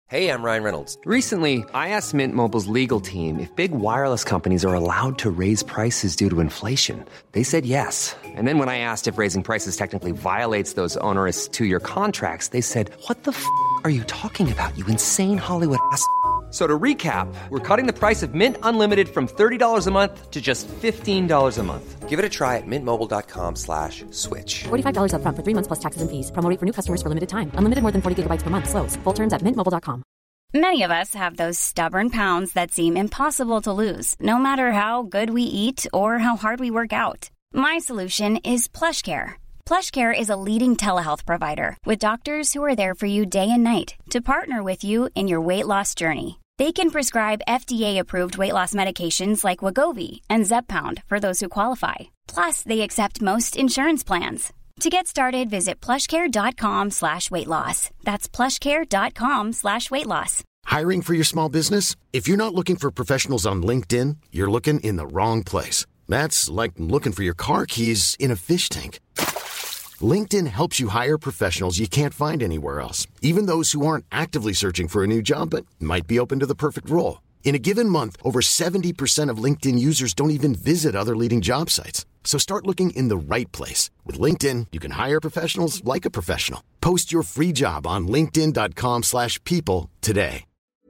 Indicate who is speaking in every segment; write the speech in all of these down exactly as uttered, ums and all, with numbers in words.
Speaker 1: Hey, I'm Ryan Reynolds.
Speaker 2: Recently, I asked Mint Mobile's legal team if big wireless companies are allowed to raise prices due to inflation. They said yes. And then when I asked if raising prices technically violates those onerous two-year contracts, they said, what the f*** are you talking about, you insane Hollywood ass f- So to recap, we're cutting the price of Mint Unlimited from thirty dollars a month to just fifteen dollars a month.
Speaker 1: Give it a try at mintmobile.com slash switch.
Speaker 3: forty-five dollars up front for three months plus taxes and fees. Promo rate for new customers for limited time. Unlimited more than forty gigabytes per month. Slows full terms at mint mobile dot com.
Speaker 4: Many of us have those stubborn pounds that seem impossible to lose, no matter how good we eat or how hard we work out. My solution is PlushCare. PlushCare is a leading telehealth provider with doctors who are there for you day and night to partner with you in your weight loss journey. They can prescribe F D A-approved weight loss medications like Wegovy and Zepbound for those who qualify. Plus, they accept most insurance plans. To get started, visit plushcare.com slash weight loss. That's plushcare.com slash weight loss.
Speaker 5: Hiring for your small business? If you're not looking for professionals on LinkedIn, you're looking in the wrong place. That's like looking for your car keys in a fish tank. LinkedIn helps you hire professionals you can't find anywhere else, even those who aren't actively searching for a new job but might be open to the perfect role. In a given month, over seventy percent of LinkedIn users don't even visit other leading job sites. So start looking in the right place. With LinkedIn, you can hire professionals like a professional. Post your free job on linkedin.com slash people today.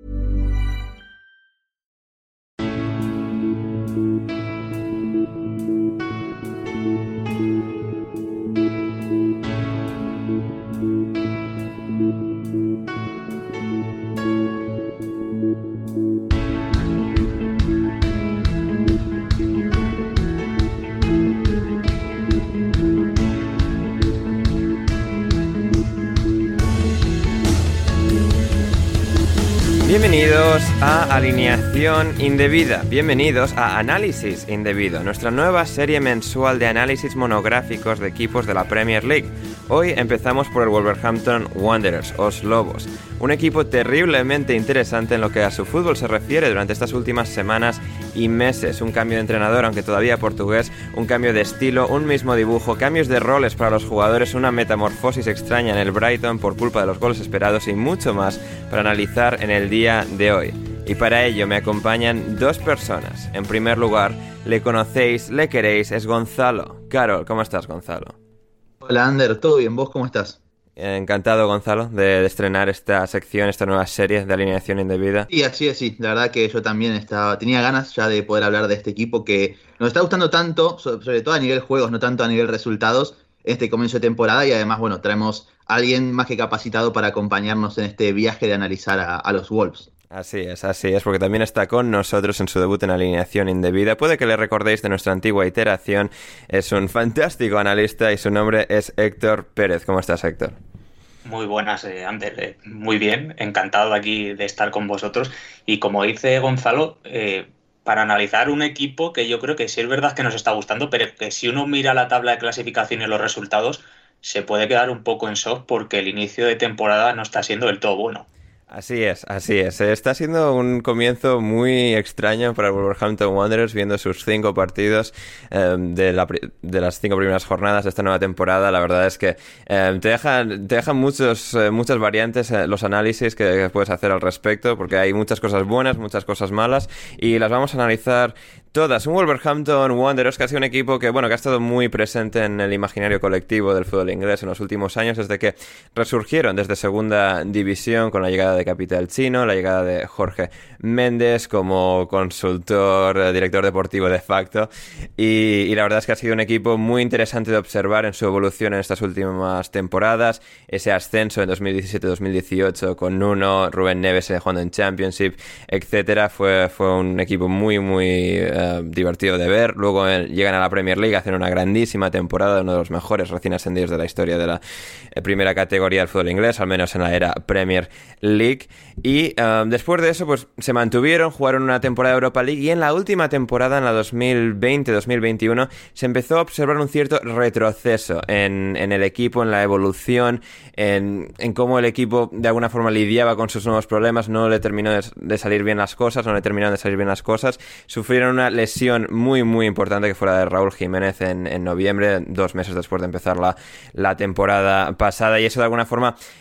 Speaker 6: Bienvenidos a Alineación Indebida, bienvenidos a Análisis Indebido, nuestra nueva serie mensual de análisis monográficos de equipos de la Premier League. Hoy empezamos por el Wolverhampton Wanderers, os Lobos, un equipo terriblemente interesante en lo que a su fútbol se refiere durante estas últimas semanas y meses. Un cambio de entrenador, aunque todavía portugués, un cambio de estilo, un mismo dibujo, cambios de roles para los jugadores, una metamorfosis extraña en el Brighton por culpa de los goles esperados y mucho más para analizar en el día de hoy. Y para ello me acompañan dos personas. En primer lugar, le conocéis, le queréis, es Gonzalo. Carol, ¿cómo estás, Gonzalo?
Speaker 7: Hola, Ander, ¿todo bien? ¿Vos cómo estás?
Speaker 6: Encantado, Gonzalo, de, de estrenar esta sección, esta nueva serie de Alineación Indebida.
Speaker 7: Sí, así es, sí. La verdad que yo también estaba, tenía ganas ya de poder hablar de este equipo que nos está gustando tanto, sobre todo a nivel juegos, no tanto a nivel resultados, este comienzo de temporada. Y además, bueno, traemos a alguien más que capacitado para acompañarnos en este viaje de analizar a, a los Wolves.
Speaker 6: Así es, así es, porque también está con nosotros en su debut en Alineación Indebida. Puede que le recordéis de nuestra antigua iteración. Es un fantástico analista y su nombre es Héctor Pérez. ¿Cómo estás, Héctor?
Speaker 8: Muy buenas, eh, Ander. Eh, muy bien, encantado de aquí de estar con vosotros. Y como dice Gonzalo, eh, para analizar un equipo que yo creo que sí es verdad que nos está gustando, pero que si uno mira la tabla de clasificación y los resultados, se puede quedar un poco en shock porque el inicio de temporada no está siendo del todo bueno.
Speaker 6: Así es, así es. Está siendo un comienzo muy extraño para el Wolverhampton Wanderers, viendo sus cinco partidos eh, de, la, de las cinco primeras jornadas de esta nueva temporada. La verdad es que eh, te dejan, te dejan muchos, eh, muchas variantes eh, los análisis que, que puedes hacer al respecto, porque hay muchas cosas buenas, muchas cosas malas, y las vamos a analizar todas. Un Wolverhampton Wanderers que ha sido un equipo que, bueno, que ha estado muy presente en el imaginario colectivo del fútbol inglés en los últimos años, desde que resurgieron desde segunda división con la llegada de Capital Chino, la llegada de Jorge Méndez como consultor, eh, director deportivo de facto, y, y la verdad es que ha sido un equipo muy interesante de observar en su evolución en estas últimas temporadas. Ese ascenso en dos mil diecisiete dos mil dieciocho con Nuno, Rubén Neves jugando en Championship, etcétera, fue, fue un equipo muy muy eh, divertido de ver. Luego eh, llegan a la Premier League, hacen una grandísima temporada, uno de los mejores recién ascendidos de la historia de la eh, primera categoría del fútbol inglés, al menos en la era Premier League. Y uh, después de eso pues se mantuvieron, jugaron una temporada de Europa League, y en la última temporada, en la dos mil veinte dos mil veintiuno, se empezó a observar un cierto retroceso en, en el equipo, en la evolución, en, en cómo el equipo de alguna forma lidiaba con sus nuevos problemas. No le terminó de, de salir bien las cosas, no le terminaron de salir bien las cosas. Sufrieron una lesión muy muy importante que fue la de Raúl Jiménez en, en noviembre, dos meses después de empezar la, la temporada pasada, y eso de alguna forma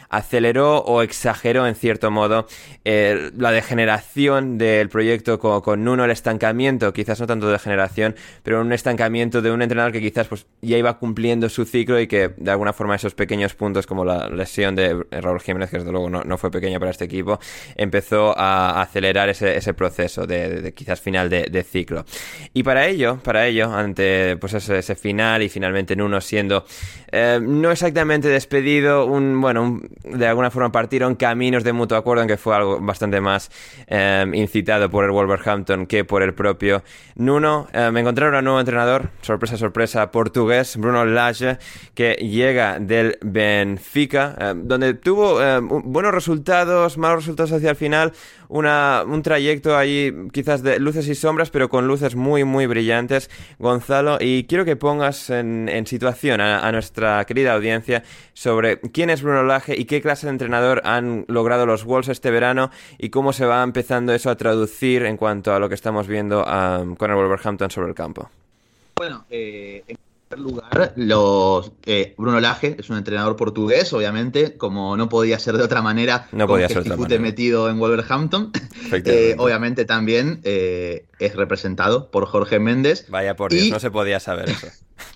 Speaker 6: aceleró o exageró en cierto modo eh, la degeneración del proyecto con, con Nuno, el estancamiento, quizás no tanto de degeneración, pero un estancamiento de un entrenador que quizás pues ya iba cumpliendo su ciclo y que de alguna forma esos pequeños puntos como la lesión de Raúl Jiménez, que desde luego no, no fue pequeña para este equipo, empezó a acelerar ese, ese proceso de, de, de quizás final de, de ciclo. Y para ello, para ello, ante pues ese, ese final y finalmente Nuno siendo eh, no exactamente despedido, un bueno, un, de alguna forma partieron caminos de mutuo acuerdo, en que fue algo bastante más eh, incitado por el Wolverhampton que por el propio Nuno. Eh, me encontraron a un nuevo entrenador, sorpresa, sorpresa, portugués, Bruno Lage, que llega del Benfica, eh, donde tuvo eh, buenos resultados, malos resultados hacia el final, una, un trayecto ahí quizás de luces y sombras, pero con luces muy, muy brillantes, Gonzalo, y quiero que pongas en, en situación a, a nuestra querida audiencia sobre quién es Bruno Lage y qué clase de entrenador han logrado los Wolves este verano y cómo se va empezando eso a traducir en cuanto a lo que estamos viendo um, con el Wolverhampton sobre el campo.
Speaker 7: Bueno, eh, en primer lugar, los, eh, Bruno Lage es un entrenador portugués, obviamente, como no podía ser de otra manera,
Speaker 6: no podía ser de otra manera,
Speaker 7: metido en Wolverhampton. eh, obviamente también eh, es representado por Jorge Méndez.
Speaker 6: Vaya por Dios, y... no se podía saber eso.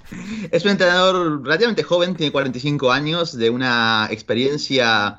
Speaker 7: Es un entrenador relativamente joven, tiene cuarenta y cinco años, de una experiencia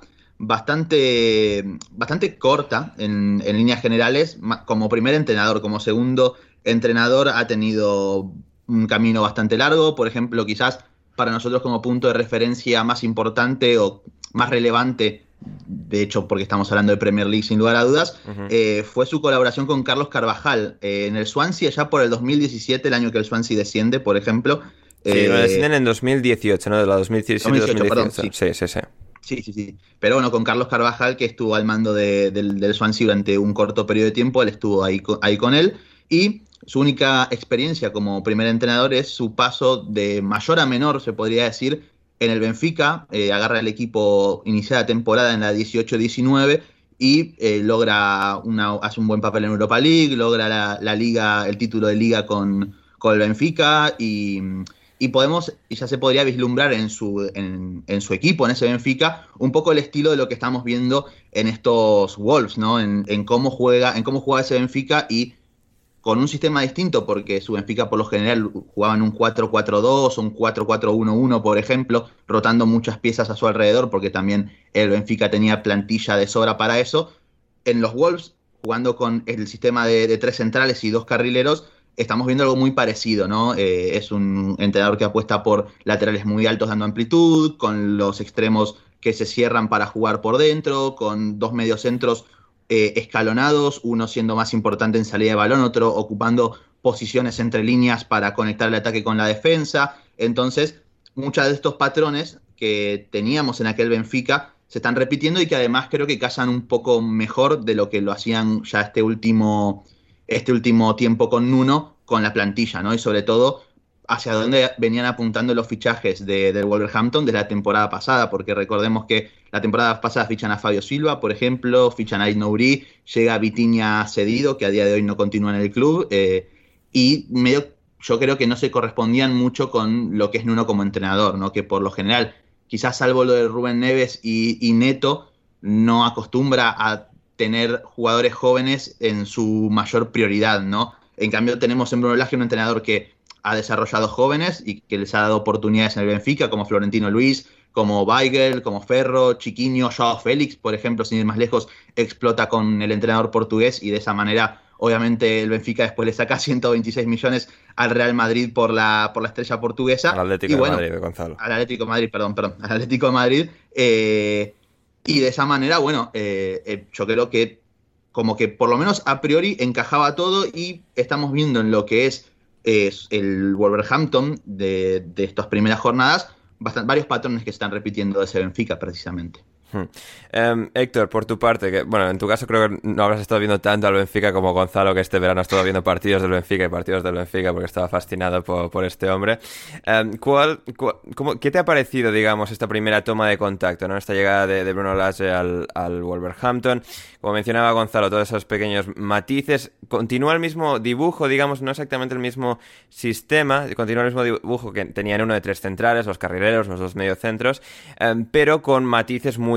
Speaker 7: bastante, bastante corta en, en líneas generales. Como primer entrenador, como segundo entrenador ha tenido un camino bastante largo. Por ejemplo, quizás para nosotros como punto de referencia más importante o más relevante, de hecho porque estamos hablando de Premier League sin lugar a dudas, uh-huh. eh, fue su colaboración con Carlos Carvajal eh, en el Swansea ya por el dos mil diecisiete, el año que el Swansea desciende, por ejemplo.
Speaker 6: Sí, eh, lo descienden en dos mil dieciocho, ¿no? De la dos mil diecisiete dos mil dieciocho. Perdón, sí. sí, sí, sí.
Speaker 7: Sí, sí, sí. Pero bueno, con Carlos Carvajal, que estuvo al mando de, del, del Swansea durante un corto periodo de tiempo, él estuvo ahí, ahí con él. Y su única experiencia como primer entrenador es su paso de mayor a menor, se podría decir, en el Benfica. Eh, agarra el equipo iniciada temporada en la dieciocho diecinueve y eh, logra una, hace un buen papel en Europa League, logra la, la liga, el título de liga con, con el Benfica y... Y podemos, y ya se podría vislumbrar en su, en, en su equipo, en ese Benfica, un poco el estilo de lo que estamos viendo en estos Wolves, ¿no? En, en cómo juega, en cómo juega ese Benfica y con un sistema distinto, porque su Benfica por lo general jugaba en un cuatro cuatro dos o un cuatro cuatro uno uno, por ejemplo, rotando muchas piezas a su alrededor, porque también el Benfica tenía plantilla de sobra para eso. En los Wolves, jugando con el sistema de, de tres centrales y dos carrileros, estamos viendo algo muy parecido, ¿no? Eh, es un entrenador que apuesta por laterales muy altos dando amplitud, con los extremos que se cierran para jugar por dentro, con dos mediocentros eh, escalonados, uno siendo más importante en salida de balón, otro ocupando posiciones entre líneas para conectar el ataque con la defensa. Entonces, muchos de estos patrones que teníamos en aquel Benfica se están repitiendo y que además creo que casan un poco mejor de lo que lo hacían ya este último... este último tiempo con Nuno, con la plantilla, ¿no? Y sobre todo hacia dónde venían apuntando los fichajes de, del Wolverhampton de la temporada pasada, porque recordemos que la temporada pasada fichan a Fabio Silva, por ejemplo, fichan a Ait Nouri, llega Vitinha cedido, que a día de hoy no continúa en el club, eh, y medio, yo creo que no se correspondían mucho con lo que es Nuno como entrenador, ¿no? Que por lo general, quizás salvo lo de Rubén Neves y, y Neto, no acostumbra a tener jugadores jóvenes en su mayor prioridad, ¿no? En cambio tenemos en Bruno Lage un entrenador que ha desarrollado jóvenes y que les ha dado oportunidades en el Benfica, como Florentino Luis, como Weigl, como Ferro, Chiquinho, Joao Félix, por ejemplo, sin ir más lejos, explota con el entrenador portugués y de esa manera, obviamente, el Benfica después le saca ciento veintiséis millones al Real Madrid por la, por la estrella portuguesa.
Speaker 6: Al Atlético
Speaker 7: y bueno,
Speaker 6: de Madrid, Gonzalo.
Speaker 7: Al Atlético de Madrid, perdón, perdón, al Atlético de Madrid, eh... Y de esa manera, bueno, eh, eh, yo creo que como que por lo menos a priori encajaba todo y estamos viendo en lo que es, es el Wolverhampton de, de estas primeras jornadas bastante, varios patrones que se están repitiendo de ese Benfica precisamente.
Speaker 6: Hmm. Um, Héctor, por tu parte, que bueno, en tu caso creo que no habrás estado viendo tanto al Benfica como Gonzalo, que este verano ha estado viendo partidos del Benfica y partidos del Benfica porque estaba fascinado por, por este hombre. Um, ¿cuál, cuál, cómo, ¿Qué te ha parecido, digamos, esta primera toma de contacto, ¿no? Esta llegada de, de Bruno Lage al, al Wolverhampton? Como mencionaba Gonzalo, todos esos pequeños matices. Continúa el mismo dibujo, digamos, no exactamente el mismo sistema, continúa el mismo dibujo que tenían uno de tres centrales, los carrileros, los dos mediocentros, um, pero con matices muy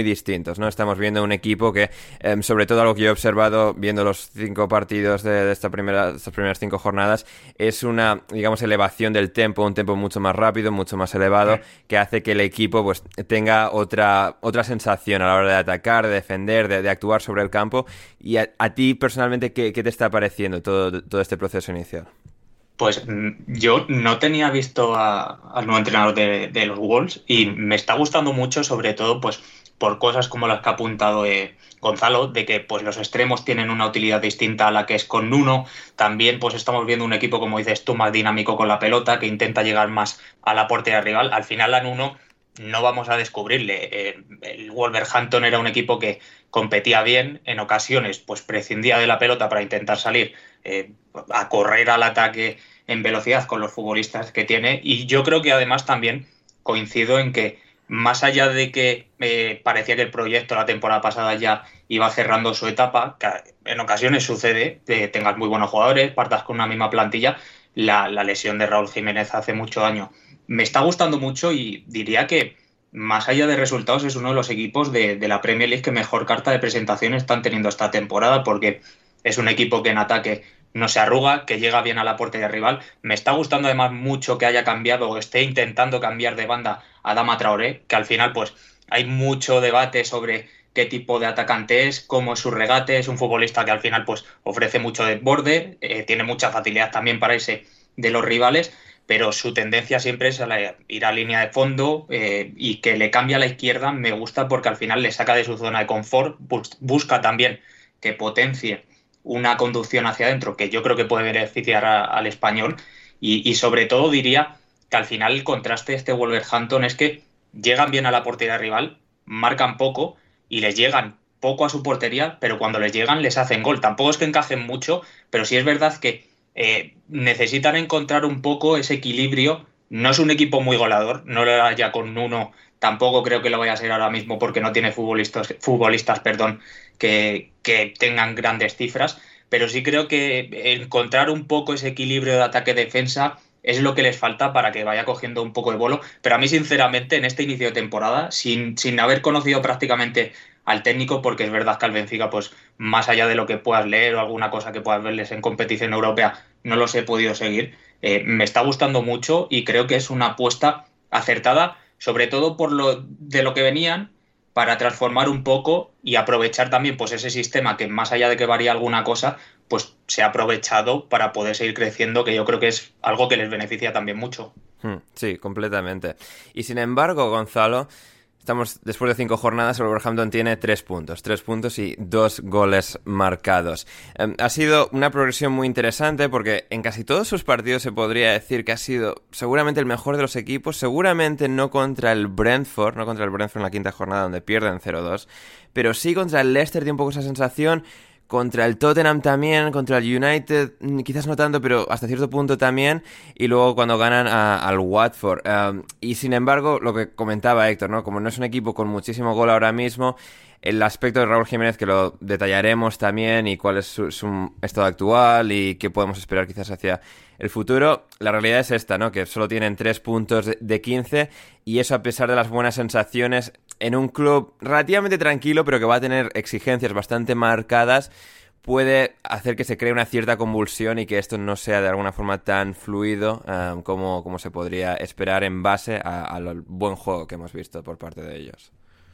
Speaker 6: muy distintos, ¿no? Estamos viendo un equipo que, eh, sobre todo algo que yo he observado viendo los cinco partidos de, de esta primera, estas primeras cinco jornadas, es una, digamos, elevación del tempo, un tempo mucho más rápido, mucho más elevado, que hace que el equipo pues tenga otra, otra sensación a la hora de atacar, de defender, de, de actuar sobre el campo. Y a, a ti personalmente, ¿qué, qué te está pareciendo todo, todo este proceso inicial?
Speaker 8: Pues yo no tenía visto a, al nuevo entrenador de, de los Wolves y me está gustando mucho, sobre todo pues por cosas como las que ha apuntado eh, Gonzalo, de que pues los extremos tienen una utilidad distinta a la que es con Nuno. También pues estamos viendo un equipo, como dices tú, más dinámico con la pelota, que intenta llegar más a la portería rival. Al final a Nuno no vamos a descubrirle. Eh, el Wolverhampton era un equipo que competía bien, en ocasiones pues prescindía de la pelota para intentar salir eh, a correr al ataque en velocidad con los futbolistas que tiene, y yo creo que además también coincido en que más allá de que eh, parecía que el proyecto la temporada pasada ya iba cerrando su etapa, que en ocasiones sucede que tengas muy buenos jugadores, partas con una misma plantilla, la, la lesión de Raúl Jiménez hace mucho daño. Me está gustando mucho y diría que más allá de resultados es uno de los equipos de, de la Premier League que mejor carta de presentación están teniendo esta temporada, porque es un equipo que en ataque no se arruga, que llega bien a la portería rival. Me está gustando además mucho que haya cambiado o esté intentando cambiar de banda a Adama Traoré, que al final pues hay mucho debate sobre qué tipo de atacante es, cómo es su regate. Es un futbolista que al final pues ofrece mucho desborde, eh, tiene mucha facilidad también para irse de los rivales, pero su tendencia siempre es a la, ir a línea de fondo, eh, y que le cambie a la izquierda me gusta porque al final le saca de su zona de confort, bus- busca también que potencie una conducción hacia adentro que yo creo que puede beneficiar a, al Español, y, y sobre todo diría que al final el contraste de este Wolverhampton es que llegan bien a la portería rival, marcan poco y les llegan poco a su portería, pero cuando les llegan les hacen gol. Tampoco es que encajen mucho, pero sí es verdad que Eh, necesitan encontrar un poco ese equilibrio. No es un equipo muy goleador, no lo era ya con Nuno, tampoco creo que lo vaya a ser ahora mismo porque no tiene futbolistas, futbolistas perdón, que, que tengan grandes cifras, pero sí creo que encontrar un poco ese equilibrio de ataque-defensa es lo que les falta para que vaya cogiendo un poco de vuelo. Pero a mí, sinceramente, en este inicio de temporada, sin, sin haber conocido prácticamente al técnico, porque es verdad que al Benfica, pues más allá de lo que puedas leer o alguna cosa que puedas verles en competición europea, no los he podido seguir, eh, me está gustando mucho y creo que es una apuesta acertada, sobre todo por lo de lo que venían, para transformar un poco y aprovechar también pues ese sistema que, más allá de que varía alguna cosa, pues se ha aprovechado para poder seguir creciendo, que yo creo que es algo que les beneficia también mucho.
Speaker 6: Sí, completamente. Y sin embargo, Gonzalo, estamos después de cinco jornadas, el Wolverhampton tiene tres puntos, tres puntos y dos goles marcados. Eh, ha sido una progresión muy interesante porque en casi todos sus partidos se podría decir que ha sido seguramente el mejor de los equipos, seguramente no contra el Brentford, no contra el Brentford en la quinta jornada donde pierden cero dos, pero sí contra el Leicester tiene un poco esa sensación. Contra el Tottenham también, contra el United quizás no tanto, pero hasta cierto punto también, y luego cuando ganan a, al Watford. Um, y sin embargo, lo que comentaba Héctor, ¿no? Como no es un equipo con muchísimo gol ahora mismo, el aspecto de Raúl Jiménez, que lo detallaremos también, y cuál es su, su estado actual y qué podemos esperar quizás hacia el futuro, la realidad es esta, ¿no? Que solo tienen tres puntos de, de quince, y eso a pesar de las buenas sensaciones en un club relativamente tranquilo, pero que va a tener exigencias bastante marcadas, puede hacer que se cree una cierta convulsión y que esto no sea de alguna forma tan fluido um, como, como se podría esperar en base al buen juego que hemos visto por parte de ellos.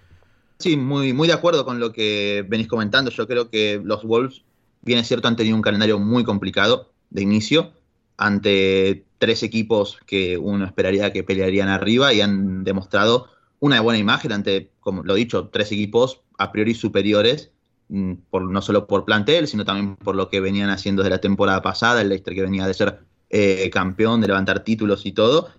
Speaker 7: Sí, muy, muy de acuerdo con lo que venís comentando. Yo creo que los Wolves, bien es cierto, han tenido un calendario muy complicado de inicio, ante tres equipos que uno esperaría que pelearían arriba, y han demostrado una buena imagen ante, como lo he dicho, tres equipos a priori superiores, por, no solo por plantel, sino también por lo que venían haciendo desde la temporada pasada, el Leicester que venía de ser eh, campeón, de levantar títulos y todo,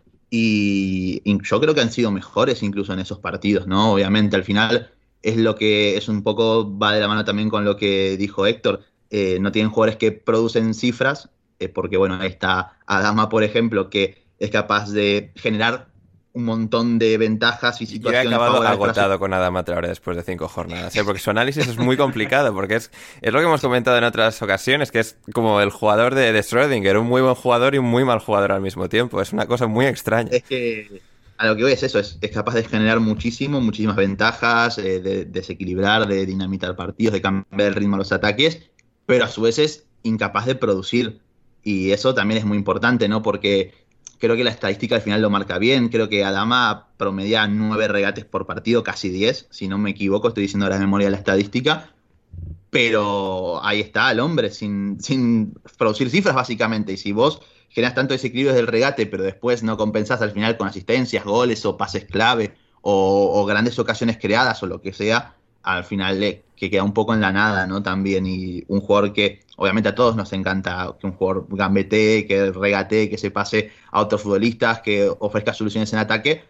Speaker 7: y, y yo creo que han sido mejores incluso en esos partidos, ¿no? Obviamente al final es lo que es un poco, va de la mano también con lo que dijo Héctor, eh, no tienen jugadores que producen cifras, eh, porque bueno, ahí está Adama, por ejemplo, que es capaz de generar un montón de ventajas y situaciones.
Speaker 6: Yo he acabado agotado
Speaker 7: su...
Speaker 6: con Adama Traoré después de cinco jornadas, ¿eh? Porque su análisis es muy complicado, porque es, es lo que hemos comentado en otras ocasiones, que es como el jugador de, de Schrödinger, un muy buen jugador y un muy mal jugador al mismo tiempo. Es una cosa muy extraña.
Speaker 7: Es que a lo que voy es eso, es, es capaz de generar muchísimo, muchísimas ventajas, eh, de, de desequilibrar, de dinamitar partidos, de cambiar el ritmo de los ataques, pero a su vez es incapaz de producir. Y eso también es muy importante, ¿no? Porque creo que la estadística al final lo marca bien. Creo que Adama promedia nueve regates por partido, casi diez, si no me equivoco, estoy diciendo ahora de memoria la estadística. Pero ahí está el hombre, sin, sin producir cifras básicamente. Y si vos generas tanto desequilibrio del regate, pero después no compensás al final con asistencias, goles o pases clave o, o grandes ocasiones creadas o lo que sea, al final le, que queda un poco en la nada, ¿no? También, y un jugador que obviamente a todos nos encanta que un jugador gambetee, que regatee, que se pase a otros futbolistas, que ofrezca soluciones en ataque,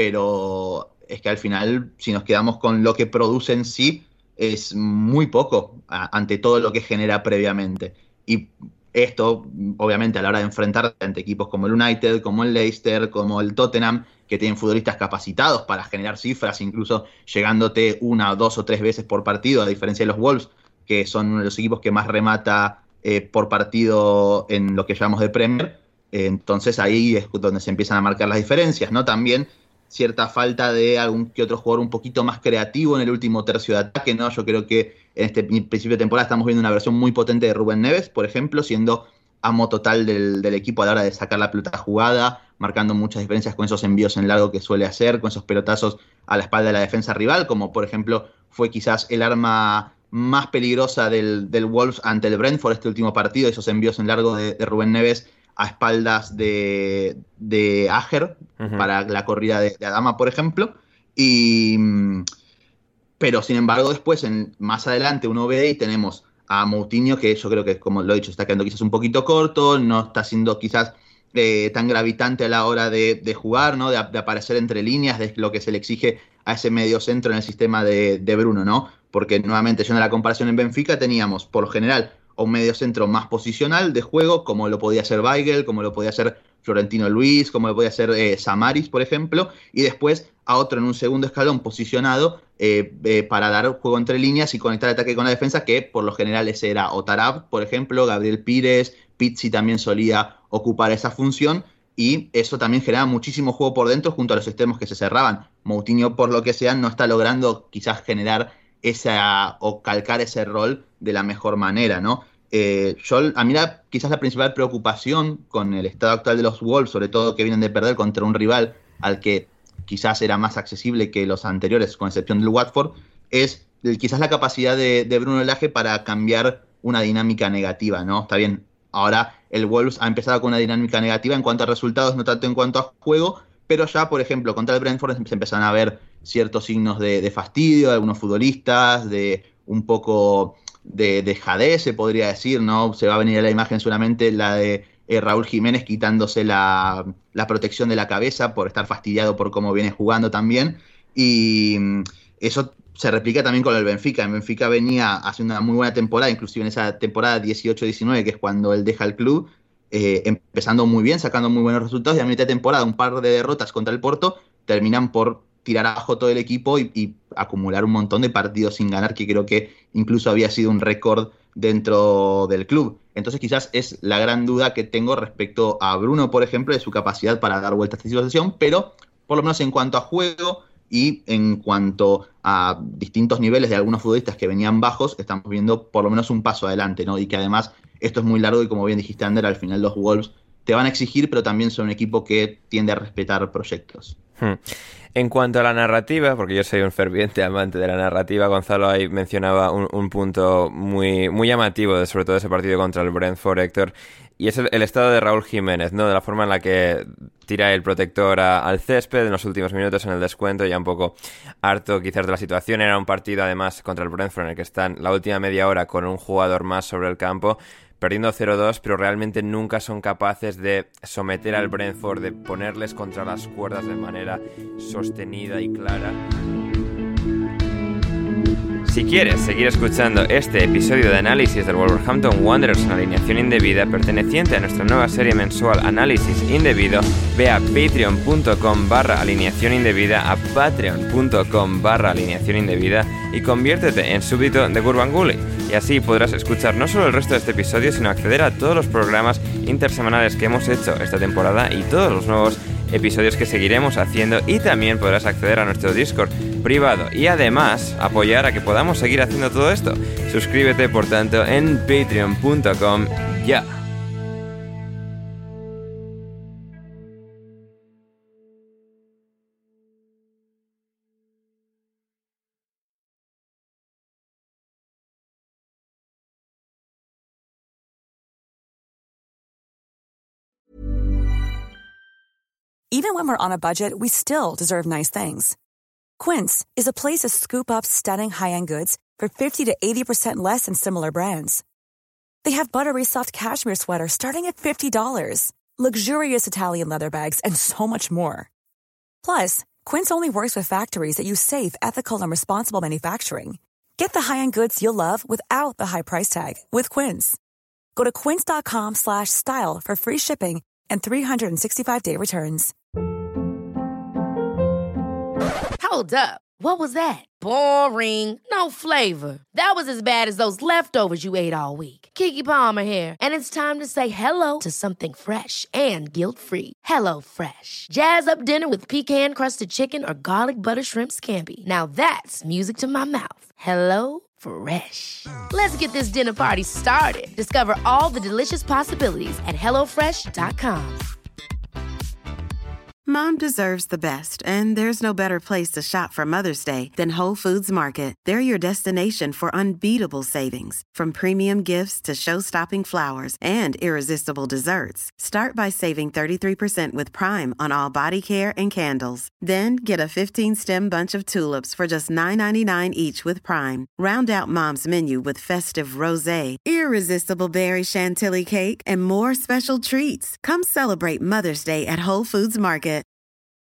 Speaker 7: pero es que al final, si nos quedamos con lo que produce en sí, es muy poco a, ante todo lo que genera previamente. Y esto, obviamente, a la hora de enfrentar ante equipos como el United, como el Leicester, como el Tottenham, que tienen futbolistas capacitados para generar cifras, incluso llegándote una, dos o tres veces por partido, a diferencia de los Wolves, que son uno de los equipos que más remata eh, por partido en lo que llamamos de Premier. Eh, entonces ahí es donde se empiezan a marcar las diferencias, ¿no? También cierta falta de algún que otro jugador un poquito más creativo en el último tercio de ataque, ¿no? Yo creo que en este principio de temporada estamos viendo una versión muy potente de Rubén Neves, por ejemplo, siendo amo total del, del equipo a la hora de sacar la pelota jugada, marcando muchas diferencias con esos envíos en largo que suele hacer, con esos pelotazos a la espalda de la defensa rival, como por ejemplo fue quizás el arma más peligrosa del, del Wolves ante el Brentford este último partido, esos envíos en largo de, de Rubén Neves a espaldas de, de Ajer, uh-huh, para la corrida de, de Adama, por ejemplo. Y, pero, sin embargo, después, en, más adelante, uno ve y tenemos a Moutinho, que yo creo que, como lo he dicho, está quedando quizás un poquito corto, no está siendo quizás eh, tan gravitante a la hora de, de jugar, ¿no? De, de aparecer entre líneas, de lo que se le exige a ese medio centro en el sistema de, de Bruno, ¿no? Porque, nuevamente, yo en la comparación en Benfica teníamos, por lo general, a un mediocentro más posicional de juego, como lo podía hacer Weigl, como lo podía hacer Florentino Luis, como lo podía hacer eh, Samaris, por ejemplo, y después a otro en un segundo escalón posicionado eh, eh, para dar juego entre líneas y conectar el ataque con la defensa, que por lo general ese era Otarab, por ejemplo, Gabriel Pires, Pizzi también solía ocupar esa función, y eso también generaba muchísimo juego por dentro junto a los extremos que se cerraban. Moutinho, por lo que sea, no está logrando quizás generar esa o calcar ese rol de la mejor manera, ¿no? Eh, yo, a mí la, quizás la principal preocupación con el estado actual de los Wolves, sobre todo que vienen de perder contra un rival al que quizás era más accesible que los anteriores, con excepción del Watford, es quizás la capacidad de, de Bruno Lage para cambiar una dinámica negativa, ¿no? Está bien, ahora el Wolves ha empezado con una dinámica negativa en cuanto a resultados, no tanto en cuanto a juego, pero ya, por ejemplo, contra el Brentford se empezaron a ver ciertos signos de, de fastidio de algunos futbolistas, de un poco de dejadez, se podría decir, ¿no? Se va a venir a la imagen solamente la de eh, Raúl Jiménez quitándose la, la protección de la cabeza por estar fastidiado por cómo viene jugando también, y eso se replica también con el Benfica. En Benfica venía haciendo una muy buena temporada, inclusive en esa temporada dieciocho diecinueve, que es cuando él deja el club, eh, empezando muy bien, sacando muy buenos resultados, y a mitad de temporada un par de derrotas contra el Porto terminan por tirar abajo todo el equipo y, y acumular un montón de partidos sin ganar, que creo que incluso había sido un récord dentro del club. Entonces quizás es la gran duda que tengo respecto a Bruno, por ejemplo, de su capacidad para dar vuelta a esta situación, pero por lo menos en cuanto a juego y en cuanto a distintos niveles de algunos futbolistas que venían bajos, estamos viendo por lo menos un paso adelante, ¿no? Y que además esto es muy largo y, como bien dijiste, Ander, al final los Wolves te van a exigir, pero también son un equipo que tiende a respetar proyectos.
Speaker 6: Hmm. En cuanto a la narrativa, porque yo soy un ferviente amante de la narrativa, Gonzalo ahí mencionaba un, un punto muy, muy llamativo, de, sobre todo ese partido contra el Brentford, Héctor, y es el, el estado de Raúl Jiménez, ¿no? De la forma en la que tira el protector a, al césped en los últimos minutos en el descuento, ya un poco harto quizás de la situación. Era un partido además contra el Brentford en el que están la última media hora con un jugador más sobre el campo, perdiendo cero dos, pero realmente nunca son capaces de someter al Brentford, de ponerles contra las cuerdas de manera sostenida y clara. Si quieres seguir escuchando este episodio de análisis del Wolverhampton Wanderers en alineación indebida, perteneciente a nuestra nueva serie mensual Análisis Indebido, ve a patreon.com barra alineación indebida, a patreon.com barra alineación indebida y conviértete en súbdito de Gurbanguly. Y así podrás escuchar no solo el resto de este episodio, sino acceder a todos los programas intersemanales que hemos hecho esta temporada y todos los nuevos episodios que seguiremos haciendo y también podrás acceder a nuestro Discord privado y además apoyar a que podamos seguir haciendo todo esto. Suscríbete, por tanto, en patreon punto com ya.
Speaker 9: Even when we're on a budget, we still deserve nice things. Quince is a place to scoop up stunning high-end goods for fifty to eighty percent less than similar brands. They have buttery soft cashmere sweaters starting at fifty dollars, luxurious Italian leather bags, and so much more. Plus, Quince only works with factories that use safe, ethical, and responsible manufacturing. Get the high-end goods you'll love without the high price tag with Quince. Go to quince dot com slash style for free shipping and three sixty-five day returns.
Speaker 10: Hold up. What was that? Boring. No flavor. That was as bad as those leftovers you ate all week. Keke Palmer here, and it's time to say hello to something fresh and guilt-free. Hello Fresh. Jazz up dinner with pecan-crusted chicken or garlic butter shrimp scampi. Now that's music to my mouth. Hello Fresh. Let's get this dinner party started. Discover all the delicious possibilities at hello fresh dot com.
Speaker 11: Mom deserves the best, and there's no better place to shop for Mother's Day than Whole Foods Market. They're your destination for unbeatable savings, from premium gifts to show-stopping flowers and irresistible desserts. Start by saving thirty-three percent with Prime on all body care and candles. Then get a fifteen-stem bunch of tulips for just nine ninety-nine each with Prime. Round out Mom's menu with festive rosé, irresistible berry chantilly cake, and more special treats. Come celebrate Mother's Day at Whole Foods Market.